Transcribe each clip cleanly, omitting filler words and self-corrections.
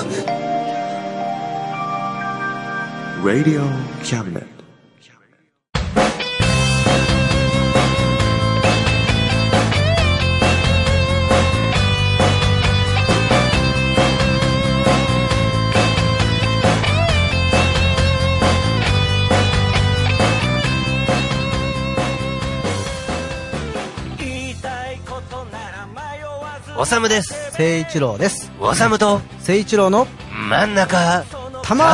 Radio Cabinet。 おさむです。 誠一郎です。 おさむと誠一郎の真ん中たま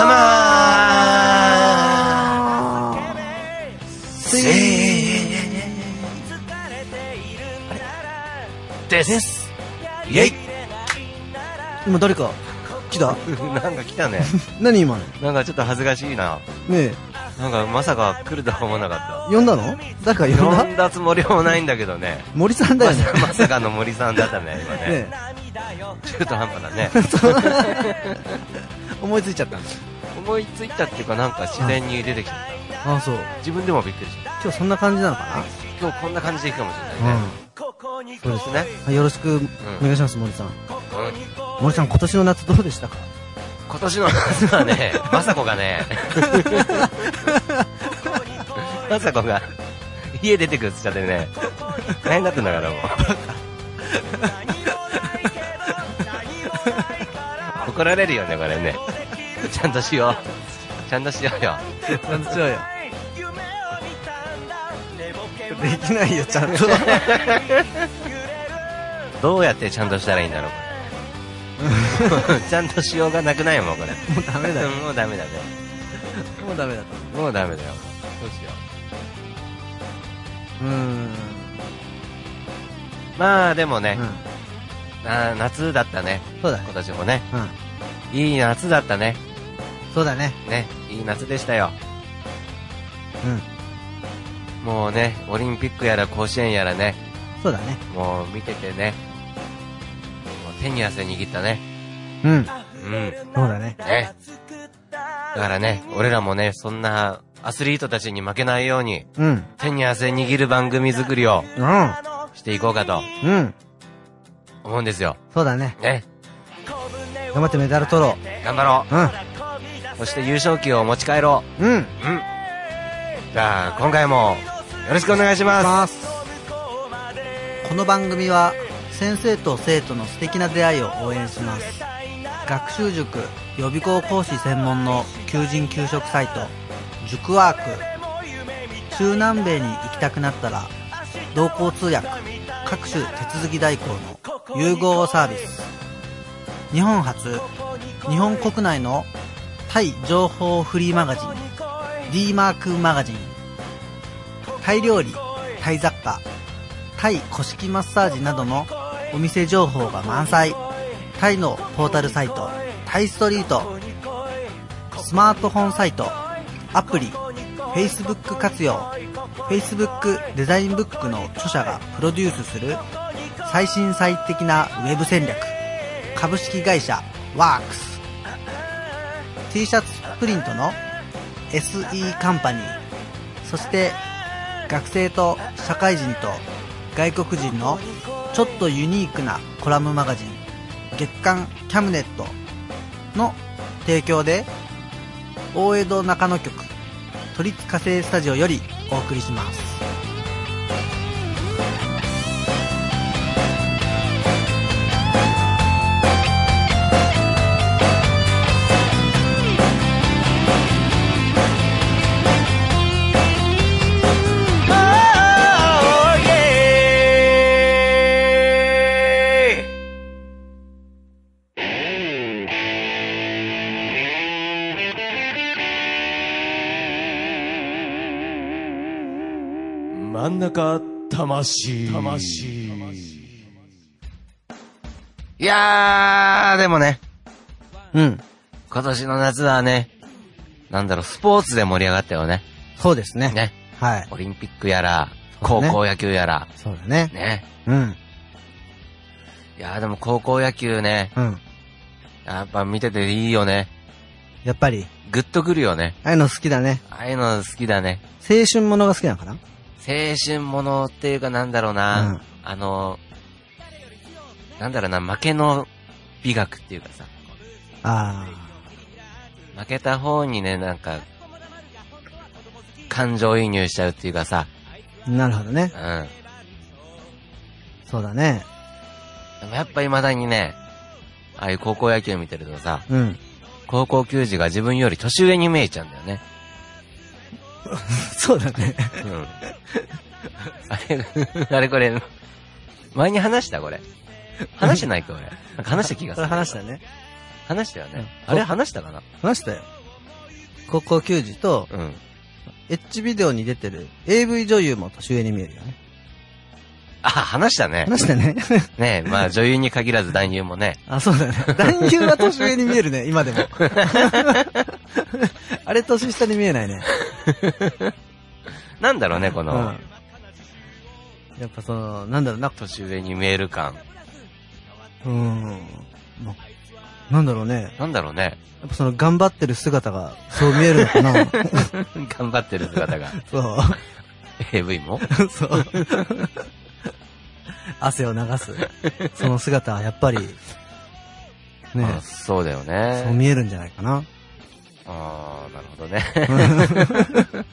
ですイェイ。 今誰か来たなんか来たね何今のなんかちょっと恥ずかしいな。 ねえ、 なんかまさか来るとは思わなかった。 呼んだの？誰か呼んだつもりもないんだけどね。 森さんだよねまさかの森さんだったね今ね。 ね中途半端だね思いついちゃったんだ。 思いついたっていうかなんか自然に出てきちゃった。 ああ、そう。 自分でもびっくりした。 今日そんな感じなのかな。 今日こんな感じでいくかもしれないね。そうですね、 はい、よろしくお願いします、森さん。森さん、今年の夏どうでしたか？ 今年の夏はね雅子がね雅子が家出てくるっつっちゃってね大変だったんだからもう怒られるよねこれね。ちゃんとしようよ。 ちゃんとしようよできないよ、ちゃんとどうやってちゃんとしたらいいんだろうこれちゃんとしようがなくないもんこれ。 もうダメだよもうダメだね。 もうダメだと。 もうダメだよ。どうしよう。まあでもね、夏だったね。 そうだね、 今年もね、いい夏だったね。 そうだね。 ね、いい夏でしたよ。もうね、オリンピックやら甲子園やらね。 そうだね。 もう見ててね、もう手に汗握ったね。 そうだね。 ね。だからね、俺らもね、そんなアスリートたちに負けないように、手に汗握る番組作りをしていこうかと思うんですよ。 そうだね。 ね。 頑張ってメダル取ろう。頑張ろう。そして優勝旗を持ち帰ろう。じゃあ今回もよろしくお願いします。 この番組は先生と生徒の素敵な出会いを応援します。学習塾予備校講師専門の求人・求職サイト塾ワーク。中南米に行きたくなったら同行通訳各種手続き代行の融合サービス。日本初日本国内のタイ情報フリーマガジン D マークマガジン。タイ料理、タイ雑貨、タイ古式マッサージなどのお店情報が満載。タイのポータルサイトタイストリート。スマートフォンサイト、アプリ、Facebook 活用。 Facebook デザインブックの著者がプロデュースする最新最適なウェブ戦略。株式会社ワークス。 T シャツプリントの SE カンパニー。そして学生と社会人と外国人のちょっとユニークなコラムマガジン月刊キャムネットの提供で大江戸中野局都立火星スタジオよりお送りします。 真ん中魂。 いやーでもね、 今年の夏はね、なんだろう、スポーツで盛り上がったよね。 そうですね。 ね。 はい。 オリンピックやら、高校野球やら。 そうだね。 ね。いやーでも高校野球ね。やっぱ見てていいよね。 やっぱり。 グッとくるよね。 ああいうの好きだね。 ああいうの好きだね。 青春ものが好きなのかな？ 青春ものっていうかなんだろうな、なんだろうな、負けの美学っていうかさ、 あ負けた方にね、なんか、感情移入しちゃうっていうかさ。 なるほどね。 うん。 そうだね。 でもやっぱ未だにね、ああいう高校野球見てるとさ、 うん。 高校球児が自分より年上に見えちゃうんだよね。 そうだね。 うん。あれこれ、前に話したこれ。話してないか俺。なんか話した気がする。 話したね。 話したよね。 うん、 あれ話したかな。 話したよ。高校球児と、 うん。 エッジビデオに出てる AV 女優も年上に見えるよね。 あ、話したね。 話したね。 ねえ、まあ女優に限らず男優もね。 あ、そうだね。男優は年上に見えるね、今でも。あれ年下に見えないね。 なんだろうね、この、 うん、やっぱその、なんだろうな。 年上に見える感。 ま、なんだろうね。 なんだろうね。 やっぱその頑張ってる姿がそう見えるのかな。 頑張ってる姿が。 そう。 AV もそう。汗を流す。その姿はやっぱり、ね。 そうだよね。 そう見えるんじゃないかな。 ああ、なるほどね。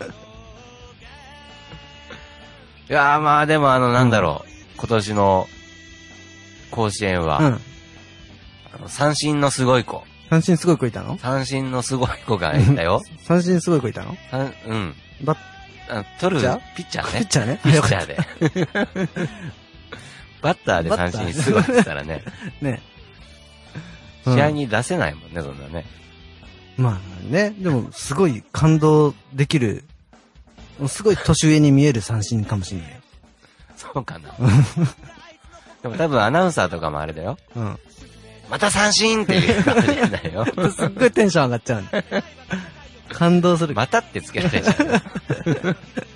いやーまあでもなんだろう。今年の甲子園は、三振のすごい子。 三振すごい子いたの？ 三振のすごい子がいたよ。 三振すごい子いたの？ うん。 取るピッチャーね。 ピッチャーね。 ピッチャーで。バッターで三振すごいって言ったらね。 ね。 試合に出せないもんね、そんなね。 まあね、でもすごい感動できる、すごい年上に見える三振かもしれない。 そうかな。でも多分アナウンサーとかもあれだよ。 うん。 また三振っていう感じなんだよ。 すっごいテンション上がっちゃうんだ。感動する。 またってつけられちゃう。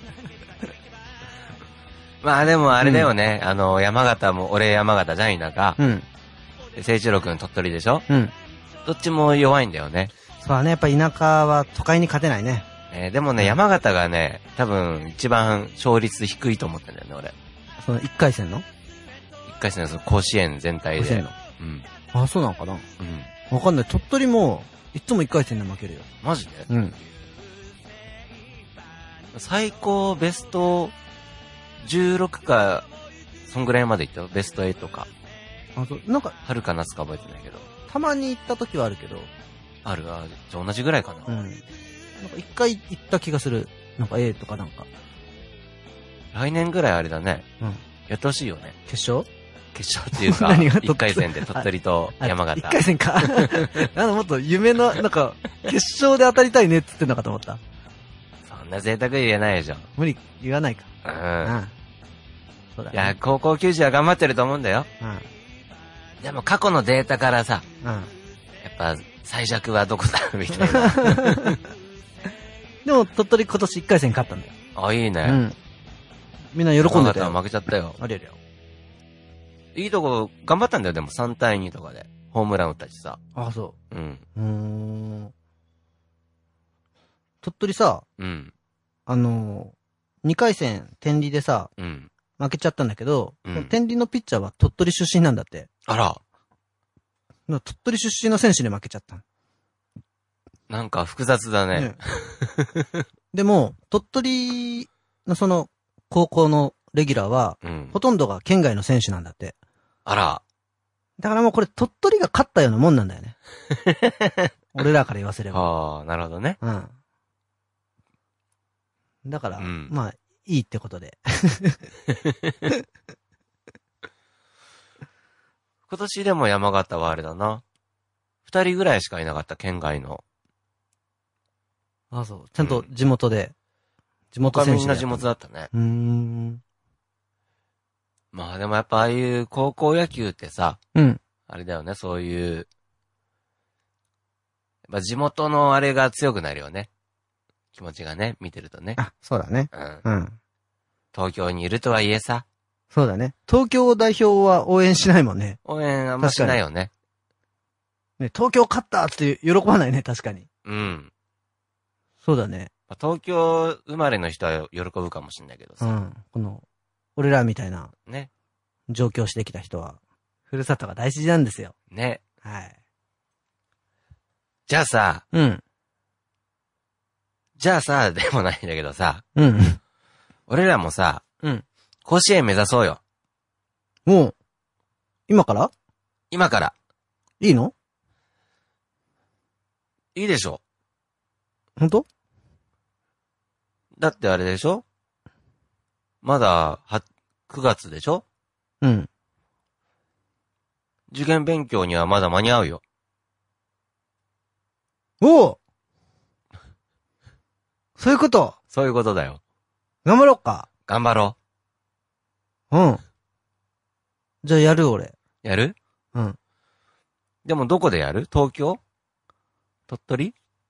まあでもあれだよね。山形も、俺山形じゃん、田舎。 うん。 聖一郎くん鳥取でしょ？ うん。 どっちも弱いんだよね。 そうだね。やっぱ田舎は都会に勝てないね。 でもね、山形がね、多分一番勝率低いと思ってんだよね、俺。 その1回戦の？ 1回戦のその甲子園全体で。 甲子園の。 うん。 あ、そうなのかな？ うん。 わかんない。鳥取も、いつも1回戦で負けるよ。 マジで？ うん。 最高ベスト16か、そんぐらいまで行ったよ。ベスト8か。 あと、なんか、 春か夏か覚えてないけど。 たまに行った時はあるけど。 あるある。じゃあ同じぐらいかな。 うん。なんか1回行った気がする。なんか A とかなんか。 来年ぐらいあれだね。 うん。 やってほしいよね。 決勝っていうか、 何が 1回戦で鳥取と山形。 1回戦か。なんかもっと夢の、なんか、決勝で当たりたいねって言ってんのかと思った。 そんな贅沢言えないでしょ。 無理、言わないか。 うん。 そうだね。 いや、高校球児は頑張ってると思うんだよ。 うん。 でも過去のデータからさ、 うん。 やっぱ最弱はどこだみたいな。 でも、鳥取今年1回戦勝ったんだよ。 あ、いいね。 うん。みんな喜んでたよ。 負けちゃったよ。 ありゃりゃ。 いいとこ頑張ったんだよ、でも3対2とかで。ホームラン打ったしさ。 あ、そう。うん。 鳥取さ、 うん。 2回戦、天理でさ、 うん。 負けちゃったんだけど、 うん、 天理のピッチャーは鳥取出身なんだって。 あら。 鳥取出身の選手に負けちゃった。 なんか複雑だね。 ねでも、鳥取のその、高校のレギュラーは、 うん、 ほとんどが県外の選手なんだって。 あら。 だからもうこれ鳥取が勝ったようなもんなんだよね。俺らから言わせれば。 ああ、なるほどね。 うん。だから、 うん、 まあ、いいってことで。 今年でも山形はあれだな。2人ぐらいしかいなかった、県外の。 あ、そう。ちゃんと地元で。地元選手で。 みんな地元だったね。まあでもやっぱああいう高校野球ってさ、 うん。 あれだよね、そういう、やっぱ地元のあれが強くなるよね。気持ちがね、見てるとね。 あ、そうだね。うん。 東京にいるとはいえさ。 そうだね。東京代表は応援しないもんね。 応援あんましないよね。 ね、東京勝ったって喜ばないね、確かに。 うん。 そうだね。 東京生まれの人は喜ぶかもしれないけどさ。 うん。この、俺らみたいな、 ね。 上京してきた人は、ふるさとが大事なんですよ。 ね。 はい。 じゃあさ、 うん。 じゃあさ、でもないんだけどさ、 うん。 俺らもさ、 うん。 甲子園目指そうよ。 もう、今から今から。 いいの？ いいでしょ。 ほんと？ だってあれでしょ？まだ、9月でしょ？ うん。 受験勉強にはまだ間に合うよ。 おおそういうこと。 そういうことだよ。 頑張ろうか。 頑張ろうん。じゃあやる俺。 う。やる？ うん。 でもどこでやる？東京？鳥取？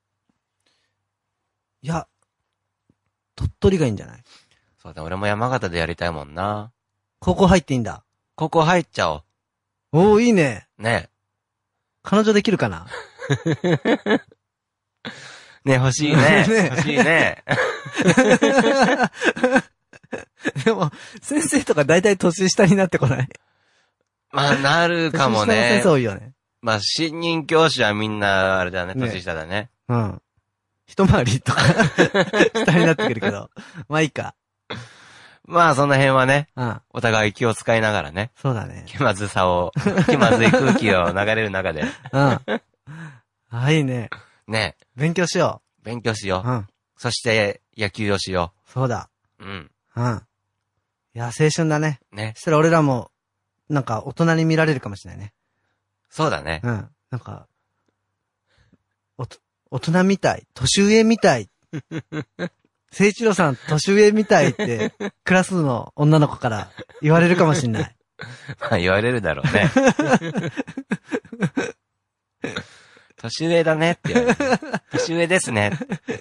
いや、鳥取がいいんじゃない？ そうだ、俺も山形でやりたいもんな。 高校入っていいんだ。 ここ入っちゃおう。 おー、いいね。 ね彼女できるかな？ ね、欲しいね。 ね欲しいね。 でも、先生とか大体年下になってこない？ まあ、なるかもね。 年下の先生多いよね。 まあ、新任教師はみんな、あれだね、 ね年下だね。 うん。一回りとか、下になってくるけど。まあいいか。 まあ、その辺はね、 うん。 お互い気を使いながらね、 そうだね。 気まずい空気を流れる中で、 うん。あ、いいね。 ね、 勉強しよ勉強しよう。 う。 うん。 そして、野球をしよそうだ。 う。うん。 うん。いや、青春だね。 ね。 そしたら俺らも、なんか大人に見られるかもしれないね。 そうだね。 うん。なんか、大人みたい。年上みたい。聖一郎さん、年上みたいって、クラスの女の子から言われるかもしれない。 まあ、言われるだろうね。年上だねって言われる。年上ですね。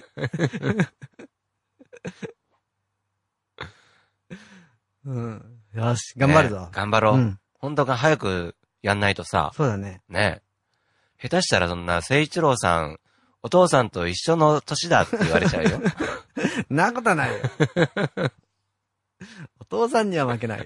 うん。よし、頑張るぞ。 ね、頑張ろう。 うん。 本当か早くやんないとさ。 そうだね。 ね。下手したらそんな、聖一郎さん、お父さんと一緒の年だって言われちゃうよ。 なことはないよ。お父さんには負けないよ。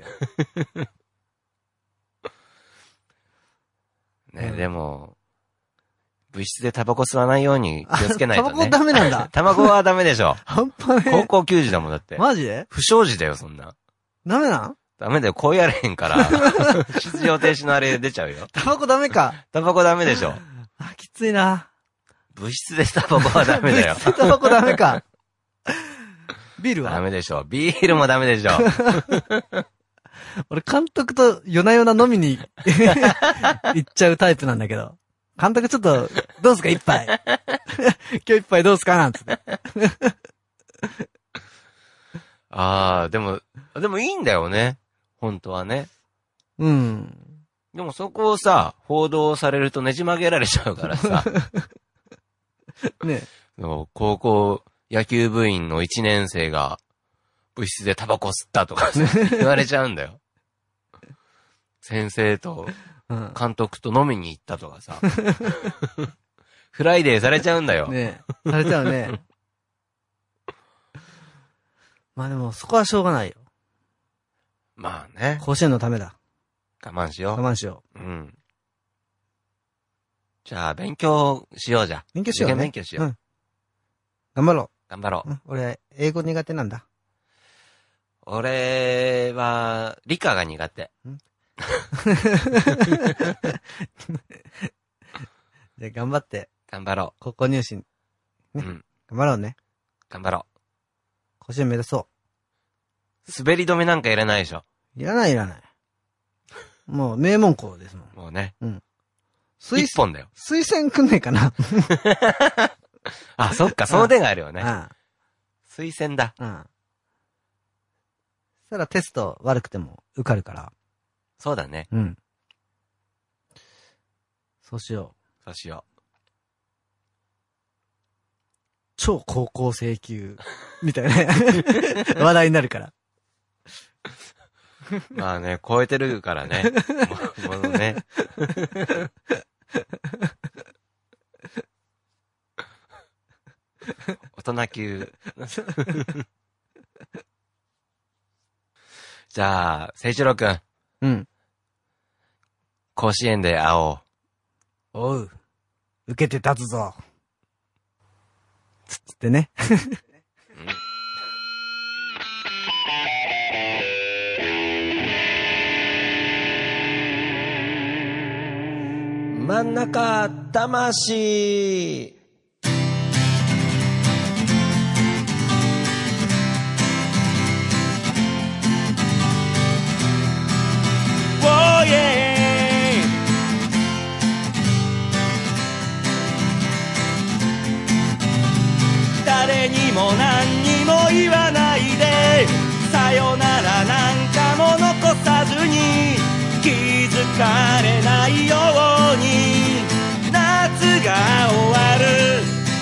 ね、でも、部室でタバコ吸わないように気をつけないとね。 タバコダメなんだ。 タバコはダメでしょ。 半端ね。 高校球児だもんだって。 マジで？ 不祥事だよ、そんな。 ダメなん？ ダメだよ、こうやれへんから。出場停止のあれ出ちゃうよ。 タバコダメか。 タバコダメでしょ。 あ、きついな。 部室でタバコはダメだよ。 部室でタバコダメか。ビールは？ ダメでしょ。ビールもダメでしょ。 俺監督と夜な夜な飲みに行っちゃうタイプなんだけど。監督ちょっと、どうすか一杯。今日一杯どうすかなんつって。 ああ、でもいいんだよね。本当はね。 うん。 でもそこをさ、報道されるとねじ曲げられちゃうからさ。 ね。 高校野球部員の1年生が部室でタバコ吸ったとか言われちゃうんだよ。先生と監督と飲みに行ったとかさ。フライデーされちゃうんだよ。 ねえ。されちゃうね。まあでもそこはしょうがないよ。 まあね。 甲子園のためだ。 我慢しよう。 我慢しよう。うん。じゃあ、勉強しようじゃ。 勉強しよう、ね。 勉強しよう。うん。 頑張ろう。 頑張ろう。 俺、英語苦手なんだ。 俺は、理科が苦手。 じゃあ頑張って。 頑張ろう。 高校入試。ね。うん。頑張ろうね。 頑張ろう。 甲子園目指そう。 滑り止めなんかいらないでしょ。 いらないいらない。もう名門校ですもん。 もうね。 うん。 一本だよ。 推薦くんねえかな。 あ、そっか、その手があるよね。 ああ推薦だ。 うん。そしたらテスト悪くても受かるから。 そうだね。 うん。そうしよう。そうしよう。 超高校生級みたいな話題になるから。 まあね、超えてるからね。もうね。大人級。じゃあ、聖一郎くん。 うん。 甲子園で会おう。 おう。受けて立つぞ。 つってね。 真ん中魂。 誰にも何にも言わないでさよならなんかも残さずに気づかれないように夏が終わる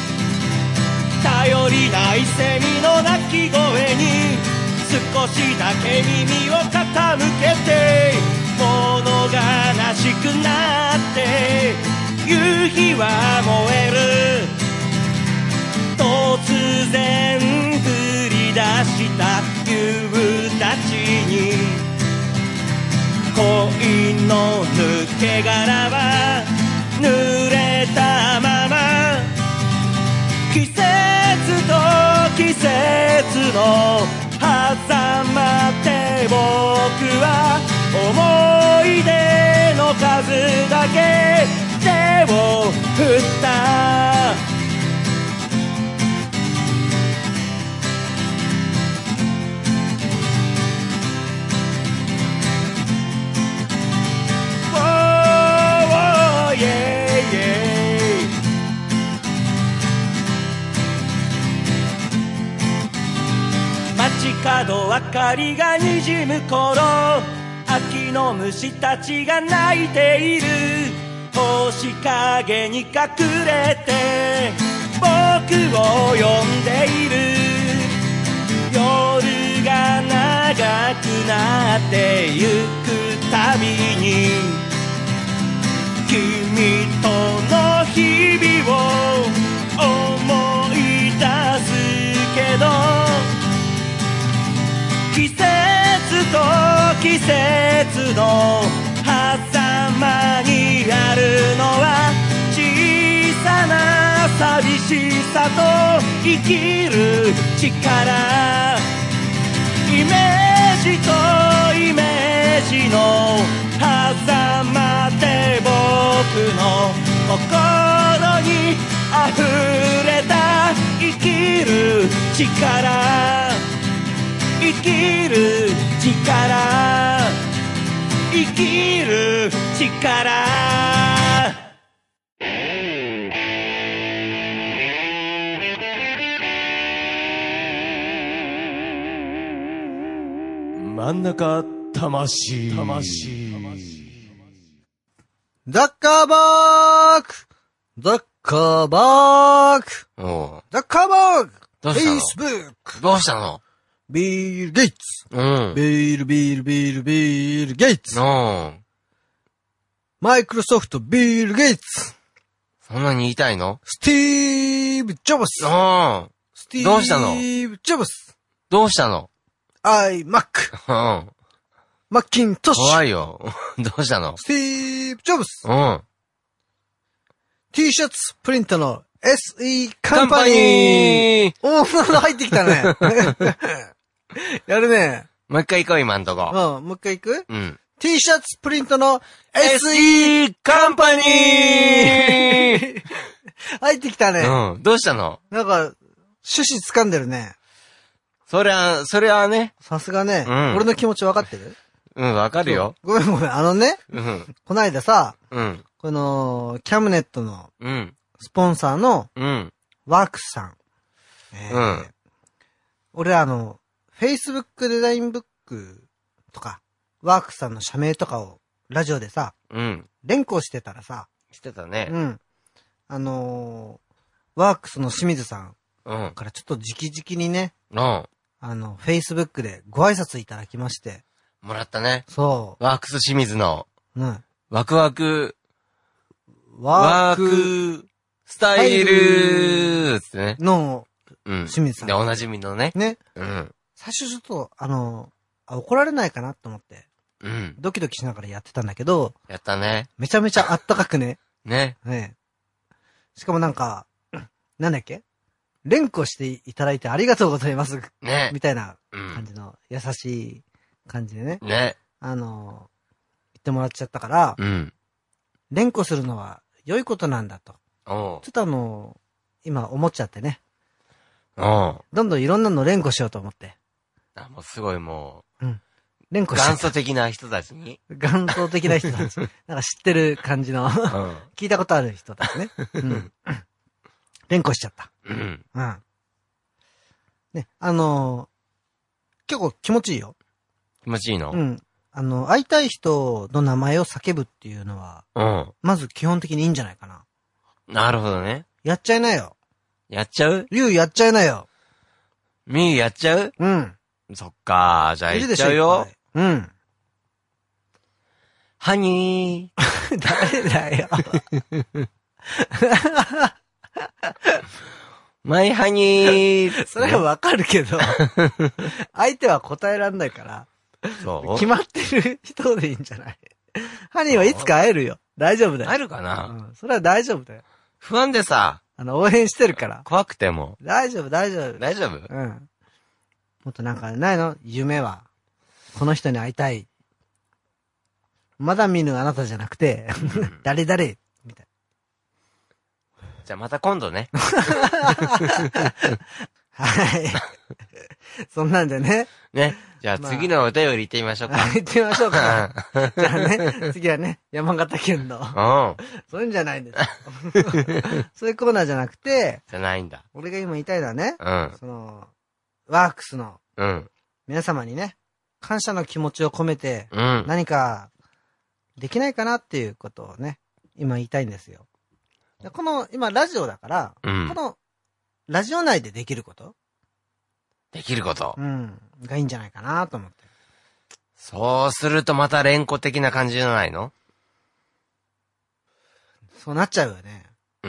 頼りないセミの鳴き声に少しだけ耳を傾けて物悲しくなって夕日は燃える突然降り出した夕立に恋の抜け殻は濡れたまま季節と季節の狭間で僕は思い出の数だけ手を振った街角明かりがにじむ頃秋の虫たちが鳴いている星影に隠れて僕を呼んでいる夜が長くなってゆくたびに君との日々を思い出すけど季節と季節の狭間にあるのは小さな寂しさと生きる力イメージとイメージの狭間で僕の心に溢れた生きる力生きる力生きる力真ん中魂。 ザッカーバーグザッカーバーグおう。 ザッカーバーグどうしたの？ フェイスブックどうしたの？ ビール・ゲイツうん。 ビール・ゲイツマイクロソフトビール・ゲイツそんなに言いたいの？ スティーブ・ジョブスどうしたの？ スティーブ・ジョブスどうしたの？ iMac うん。 マッキントッシュ怖いよ。どうしたの？ スティーブ・ジョブスうん。 T シャツプリントの SE カカンパニンパニーーおー、入ってきたね。やるね。 もう一回行こう、今んとこ。 もう一回行くうん。 ?T シャツプリントの SE カンパニー入ってきたね。 うん。どうしたの？ なんか、趣旨掴んでるね。 そりゃね。 さすがね、 うん俺の気持ち分かってる？ うん、わかるよ。 ごめん。 うん。 こないださ、 うん。 この、キャムネットのうん。 スポンサーのうん。 ワークスさん。 うん俺Facebook デザインブックとか、ワークスさんの社名とかをラジオでさ、 うん。 連呼してたらさ、 してたね。 うん。ワークスの清水さんうん。 からちょっと直々にね、 うん。 Facebook でご挨拶いただきまして。 もらったね。 そワークス清水の、 う。うん。 ワクワク、 ワーク、スタイルつってね。 の、 うん。 清水さんで、おなじみのね。 ね。 うん。 最初ちょっと、怒られないかなと思って、 うん。 ドキドキしながらやってたんだけど、 やったね。 めちゃめちゃあったかくね。 ね。 ね。しかもなんか、なんだっけ連呼していただいてありがとうございます。 ね。 みたいな感じの優しい感じでね。 ね。 言ってもらっちゃったから、 うん。 連呼するのは良いことなんだと。 おう。 ちょっと今思っちゃってね。 おう。 どんどんいろんなの連呼しようと思って。 あ、もうすごいもう。うん。連呼う、 し元祖的な人たちに。 元祖的な人たち。なんか知ってる感じの、 うん。 聞いたことある人たちね。うん。連呼しちゃった。 うん。 うん。ね、結構気持ちいいよ。 気持ちいいの？ うん。会いたい人の名前を叫ぶっていうのは、 うん。 まず基本的にいいんじゃないかな。 なるほどね。 やっちゃいなよ。 やっちゃう？ リュウやっちゃいなよ。 ミーやっちゃう？ うん。 そっかー、じゃあやっちゃうよ。 うん。 ハニー。 誰だよ。 マイハニー。 それはわかるけど、相手は答えらんないから、 そう決まってる人でいいんじゃない？ハニーはいつか会えるよ。大丈夫だよ。 会えるかな？ うん。それは大丈夫だよ。 不安でさ。 応援してるから。 怖くても。 大丈夫、大丈夫。 大丈夫？ うん。もっとなんかないの？夢は。この人に会いたい。まだ見ぬあなたじゃなくて、誰々みたいな。じゃあまた今度ね。 はい。そんなんでね。 ね。じゃあ次のお便り行ってみましょうか。 行ってみましょうか。じゃあね、次はね、山形県の。そういうんじゃないんですよ。そういうコーナーじゃなくて。 じゃないんだ。 俺が今言いたいのはね。 うん。 ワークスの。 うん。 皆様にね、感謝の気持ちを込めて。 うん。 何か、できないかなっていうことをね、今言いたいんですよ。今ラジオだから、 うん、 この、ラジオ内でできることできること。 うん。がいいんじゃないかなと思って。 そうするとまた連呼的な感じじゃないの？ そうなっちゃうよね。 うん。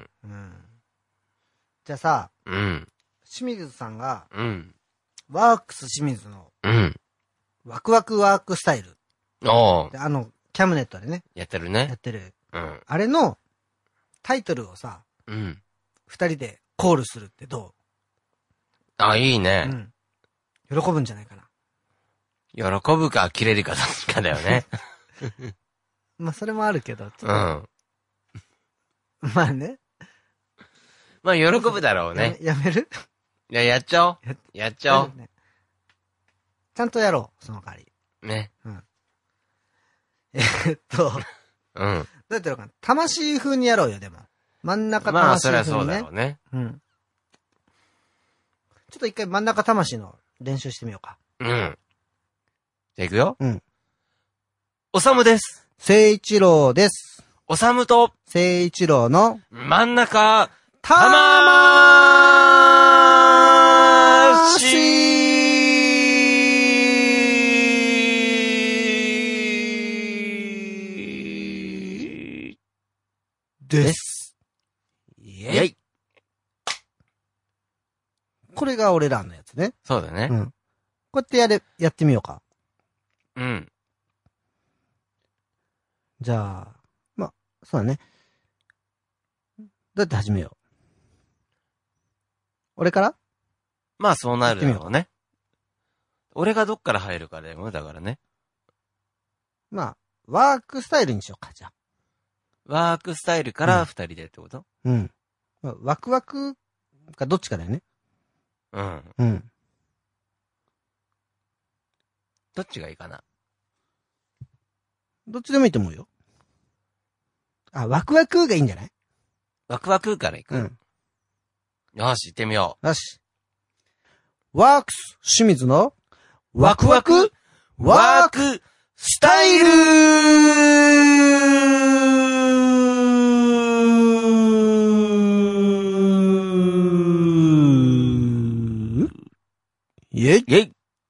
うん。じゃあさ、 うん。 清水さんが、 うん。 ワークス清水の、 うん。 ワクワクワークスタイル。 おキャムネットでね。 やってるね。 やってる。 うん。 あれの、タイトルをさ、 うん。 二人でコールするってどう？ あ、いいね。 うん。喜ぶんじゃないかな。 喜ぶか、切れるかどっちかだよね。 まあ、それもあるけど、 うん。 まあね。 まあ、喜ぶだろうね。 やめる？ いや、やっちゃおう。やっちゃおう。 ちゃんとやろう、その代わり。 ね。 うん。 うん。 どうやってやろうかな。魂風にやろうよ、でも。真ん中魂風にね。まあ、そりゃそうだろうね。 うん。ちょっと一回真ん中魂の練習してみようか。 うん。じゃあ行くよ。 うん。 おさむです。 聖一郎です。 おさむと、 聖一郎の、 真ん中、 魂です。 イェイ。 これが俺らのやつね。 そうだね。 うん。こうやってやってみようか。 うん。 じゃあ、まあ、そうだね。どうやって始めよう。俺から？ まあそうなるだろうね。俺がどっから入るかだよ、だからね。 まあ、ワークスタイルにしようか、じゃあ。 ワークスタイルから二人でってこと？ うん。まあ、ワクワクかどっちかだよね。 うん。 うん。 どっちがいいかな？ どっちでもいいと思うよ。あ、ワクワクがいいんじゃない？ ワクワクからいく？ うん。 よし、行ってみよう。よし。ワークス清水のワクワクワークスタイルイェイイェイ。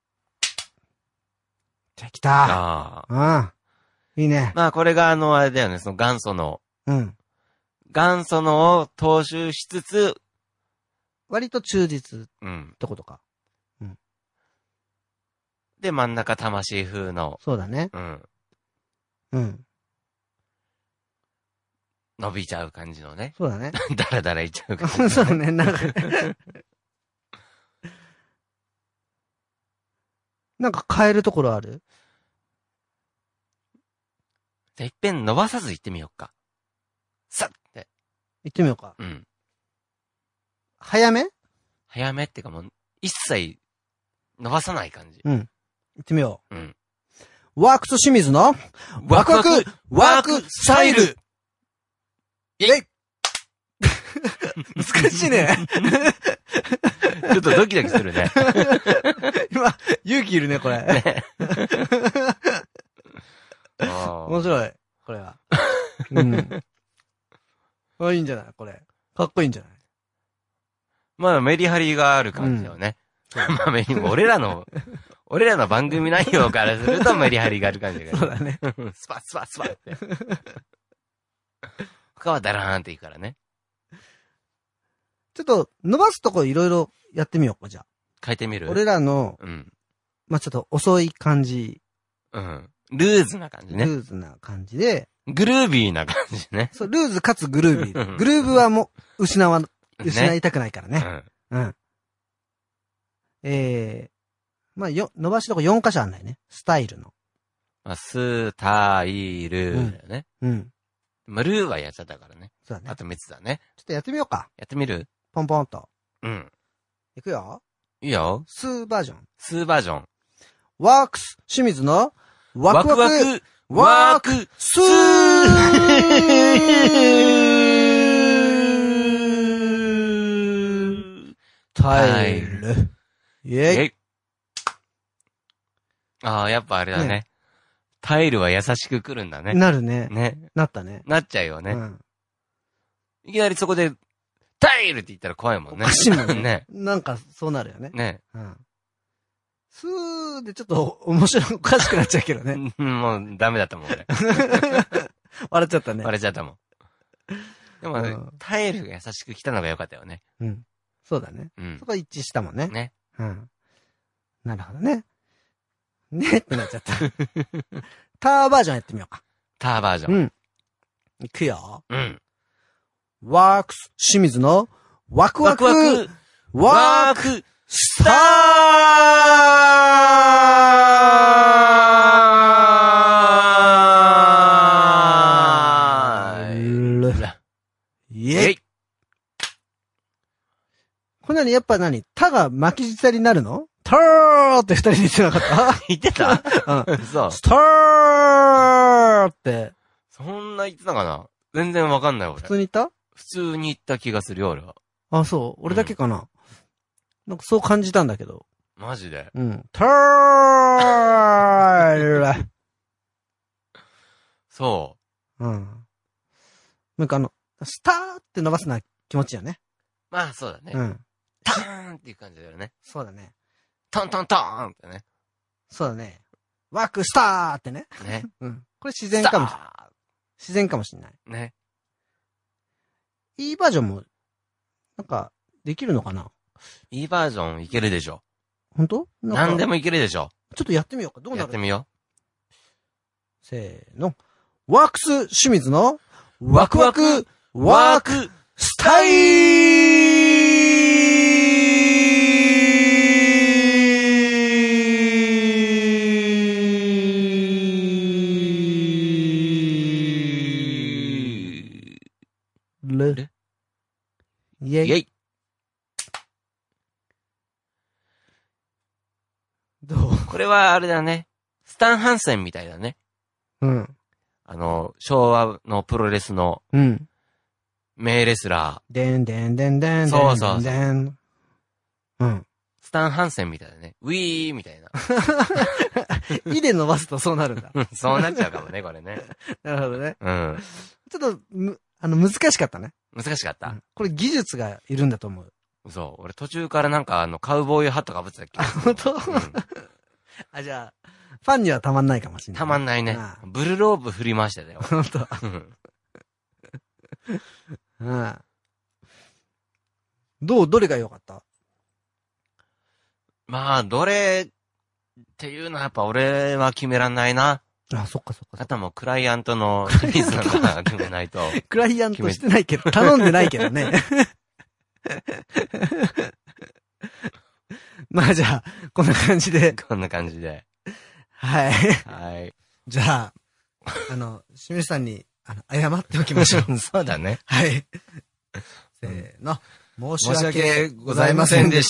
じゃあ来た。 ああ。いいね。 まあこれがあれだよね、その元祖の。 うん。 元祖のを踏襲しつつ、 割と忠実。 うん。 ってことか。うん。 で、真ん中魂風の。 そうだね。 うん。 うん。 伸びちゃう感じのね。 そうだね。 だらだらいっちゃう感じの、ね。 そうだね、なんか変えるところある？ じゃあいっぺん伸ばさず行ってみようか。さって。 行ってみようか。 うん。 早めっていうかもう、一切伸ばさない感じ。 うん。行ってみよう。うん。 ワークス清水のワクワクワークスタイル。 イェイ難しいね。 ちょっとドキドキするね。 今、勇気いるね、これ。ね、面白い、これは。うん。あ、いいんじゃないこれ。かっこいいんじゃない？ まあ、メリハリがある感じだよね。まあ、俺らの番組内容からするとメリハリがある感じだけど。 そうだね。 スパスパスパって。他はダラーンっていいからね。 ちょっと、伸ばすとこいろいろやってみようか、じゃあ。 変えてみる？ 俺らの、 うん。 まあ、ちょっと遅い感じ。 うん。ルーズな感じね。 ルーズな感じで。 グルービーな感じね。 そう、ルーズかつグルービー。グルーブはもう、失いたくないからね。うん。まあ、伸ばしとこ4箇所あんないね。スタイルの。 まあ、スタイルだよね。 うん。 まあ、ルーはやっちゃったからね。 そうだね。 あと3つだね。 ちょっとやってみようか。 やってみる？ ポンポンと。 うん。 いくよ。 いいよ。 スーバージョン。 スーバージョン。 ワークス清水のワクワクワークスータイル。イェイ。 ああ、やっぱあれだね。タイルは優しく来るんだね。 なるね。 ね。 なったね。 なっちゃうよね。 うん。 いきなりそこで、タイルって言ったら怖いもんね。 おかしいもんね。 ね。 なんか、そうなるよね。 ね。 うん。スーでちょっと面白い、おかしくなっちゃうけどね。 もうダメだったもん、俺。 笑っちゃったね。 笑っちゃったもん。でも、タイルが優しく来たのが良かったよね。 うん。そうだね。 うん。 そこ一致したもんね。 ね。 うん。なるほどね。ねってなっちゃった。ターバージョンやってみようか。 ターバージョン。 うん。いくよ。 うん。 ワークス清水のワクワクワークスタイル。イェイ。これやっぱタが巻き舌になるの？ターって二人で言ってなかった言ってた？うん。そう。 スターって。 そんな言ってたかな？全然わかんない俺。 普通に言った？普通に言った気がするよ、俺は。 あ、そう。俺だけかな。なんかそう感じたんだけど。 マジで？ うん。ターそう。 うん。なんかスターって伸ばすのは気持ちいいよね。 まあ、そうだね。 うん。 ターンっていう感じだよね。 そうだね。 トントントーンってね。 そうだね。ワークスターってね。 ね。 うん。これ自然かもしれない。自然かもしれない。 ね。 いいバージョンも、なんか、できるのかな？ いいバージョンいけるでしょ。 本当？ 何でもいけるでしょ。 ちょっとやってみようか。どうなる？ やってみよう。せーの。ワークス清水のワクワクワークスタイル。イェイ。 イェイ。 どう？ これはあれだね。スタンハンセンみたいだね。 うん。 昭和のプロレスの、 うん。 名レスラー。 でんでんでんでん。 そうそうそう。 でん。うん。 スタンハンセンみたいだね。ウィーみたいな。 いで伸ばすとそうなるんだ。 そうなっちゃうかもね、これね。 なるほどね。 うん。 ちょっと、難しかったね。 難しかった。 これ技術がいるんだと思う。 そう。俺途中からカウボーイハットかぶってたっけ。 本当？あ、じゃあ、ファンにはたまんないかもしれない。 たまんないね。ブルローブ振り回してたよ。 本当。うん。どれが良かった？ まあ、どれっていうのはやっぱ俺は決めらんないな。 あ、そっかそっか。 あとはもうクライアントの清水さんが決めないと。 クライアントしてないけど、頼んでないけどね。まあじゃあ、こんな感じで。 こんな感じで。 はい。 はい。 じゃあ、清水さんに、謝っておきましょう。 そうだね。 はい。せーの。申し訳ございませんでした。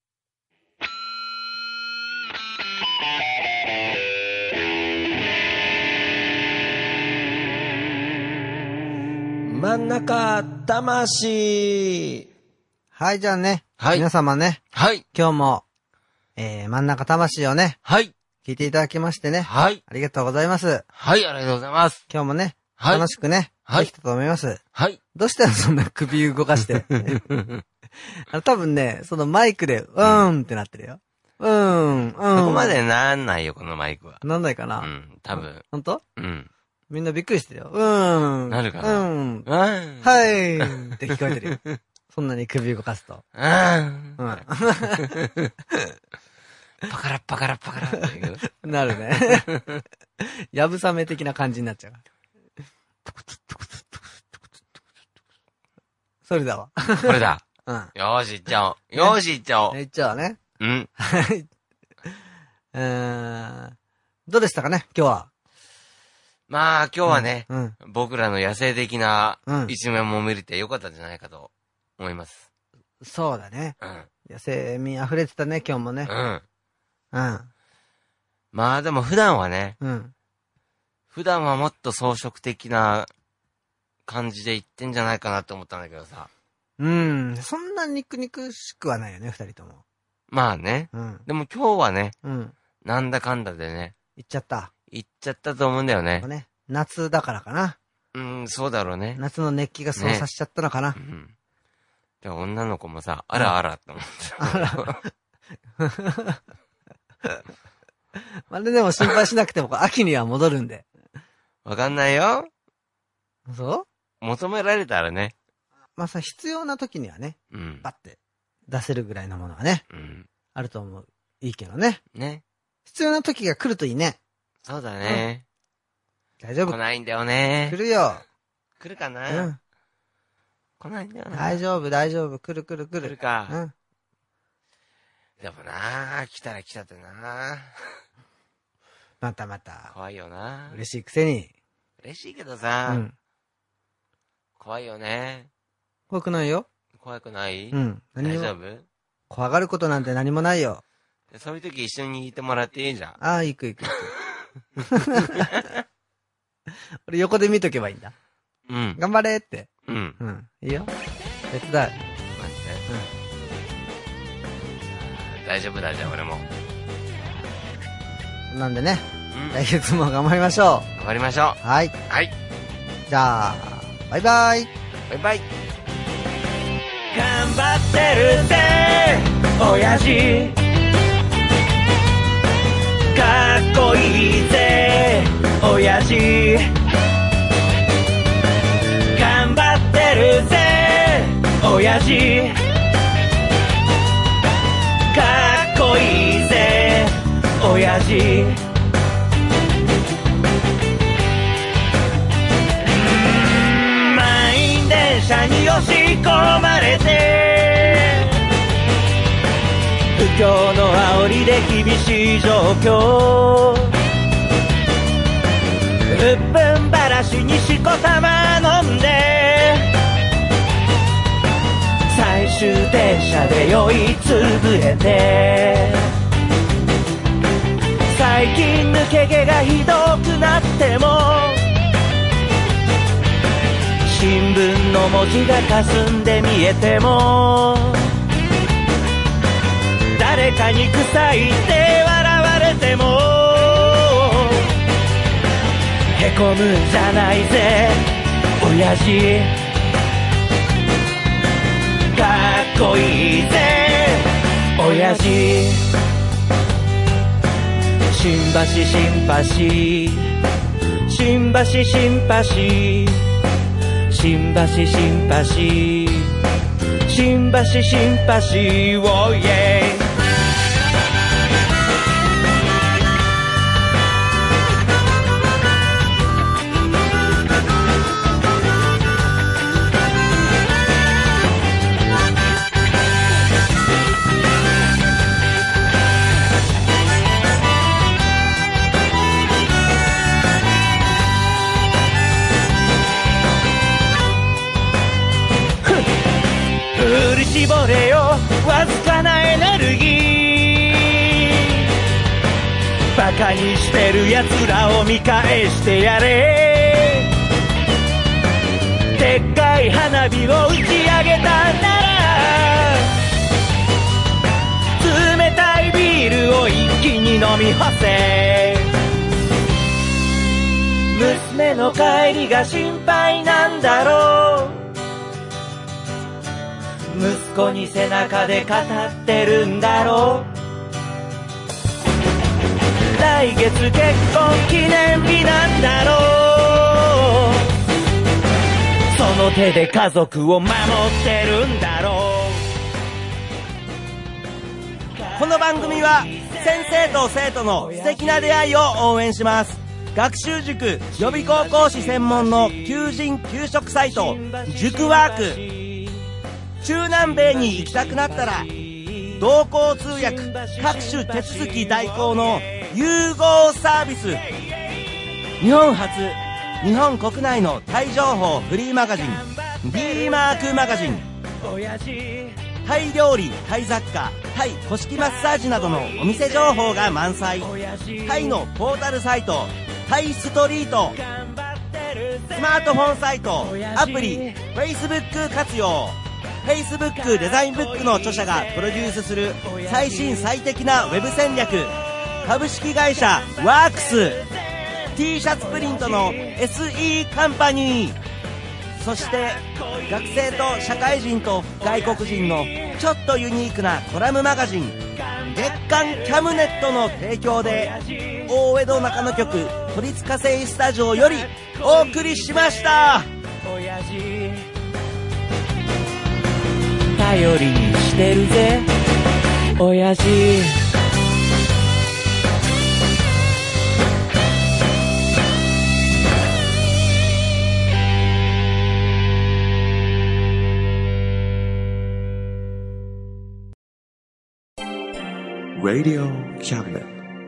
真ん中魂。 はい、じゃあね。 はい。 皆様ね。 はい。 今日も、真ん中魂をね。 はい。 聞いていただきましてね。 はい。 ありがとうございます。 はい、ありがとうございます。 今日もね。 はい。 楽しくね。はい。できたと思います。 はい。 どうしたのそんな首動かして。多分ね、そのマイクで、ってなってるよ。 そこまでなんないよ、このマイクは。 なんないかな多分。 ほんとうん。 みんなびっくりしてるよ。 なるかなはいって聞こえてるよ。そんなに首動かすと。 パカラッパカラッパカラッって言う。 なるね。やぶさめ的な感じになっちゃう。それだわ。 これだ。 うん。 よーし、行っちゃおう。よーし、行っちゃおう。 行っちゃおうね。 うん。 はい。どうでしたかね、今日は。 まあ、今日はね、僕らの野生的な一面も見れてよかったんじゃないかと思います。 そうだね。野生味溢れてたね、今日もね。 まあでも普段はね、普段はもっと装飾的な感じで言ってんじゃないかなって思ったんだけどさ。 そんな肉々しくはないよね、二人とも。 まあね。でも今日はね、なんだかんだでね。 行っちゃった。 行っちゃったと思うんだよね。 夏だからかな。 そうだろうね。 夏の熱気がそうさせちゃったのかな。 で女の子もさ、あらあらって思ってた。あら。 まあでも心配しなくても秋には戻るんで。 わかんないよ。 そう求められたらね。 まあさ、必要な時にはね。バッて出せるぐらいのものはね。あると思う。いいけどね。 ね。 必要な時が来るといいね。 そうだね。 大丈夫。 来ないんだよね。 来るよ。 来るかな来ないんだよな。 大丈夫、大丈夫。来る。来るか。でもな来たら来たってなまた。 怖いよな嬉しいくせに。 嬉しいけどさ。怖いよね。 怖くないよ。 怖くない？ 大丈夫？ 怖がることなんて何もないよ。 そういう時一緒に弾いてもらっていいじゃん。 ああ、行く。俺横で見とけばいいんだ。頑張れって。いいよ。手伝う。マジで？ 大丈夫だ、じゃあ俺も。 なんでね。来月も頑張りましょう。 頑張りましょう。 はい。じゃあ、バイバイ。 バイバイ。 頑張ってるぜ、親父。かっこいいぜ、親父。頑張ってるぜ、親父。かっこいいぜ、親父。満員電車に押し込まれて、不況の煽りで厳しい状況。うっぷんばらしにしこたま飲んで、最終電車で酔いつぶれて、最近抜け毛がひどくなっても、新聞の文字が霞んで見えても、誰かに臭いって笑われても、へこむんじゃないぜ、親父。かっこいいぜ、親父。新橋新橋新橋新橋新橋新橋新橋新橋おいえ。 絞れよわずかなエネルギー、バカにしてる奴らを見返してやれ。でっかい花火を打ち上げたなら冷たいビールを一気に飲み干せ。娘の帰りが心配なんだろう、息子に背中で語ってるんだろう、来月結婚記念日なんだろう、その手で家族を守ってるんだろう。この番組は先生と生徒の素敵な出会いを応援します。学習塾予備校講師専門の求人・求職サイト塾ワーク。中南米に行きたくなったら同行通訳各種手続き代行の融合サービス。日本初日本国内のタイ情報フリーマガジン D マークマガジン。タイ料理、タイ雑貨、タイ古式マッサージなどのお店情報が満載。タイのポータルサイトタイストリート。スマートフォンサイトアプリ Facebook 活用。 Facebook デザインブックの著者がプロデュースする最新最適なウェブ戦略。株式会社ワークス。 T シャツプリントの SE カンパニー。そして学生と社会人と外国人のちょっとユニークなコラムマガジン月刊キャムネットの提供で大江戸中野局都立火星スタジオよりお送りしました。頼りにしてるぜ親父。 Radio Cabinet.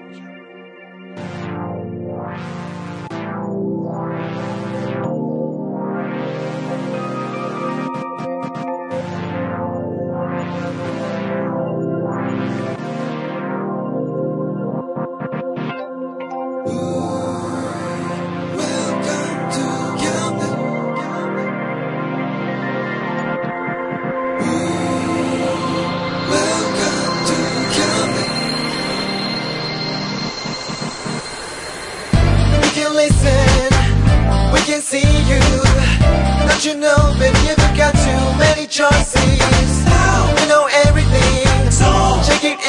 You know, baby, you've got too many choices. We know everything, so check it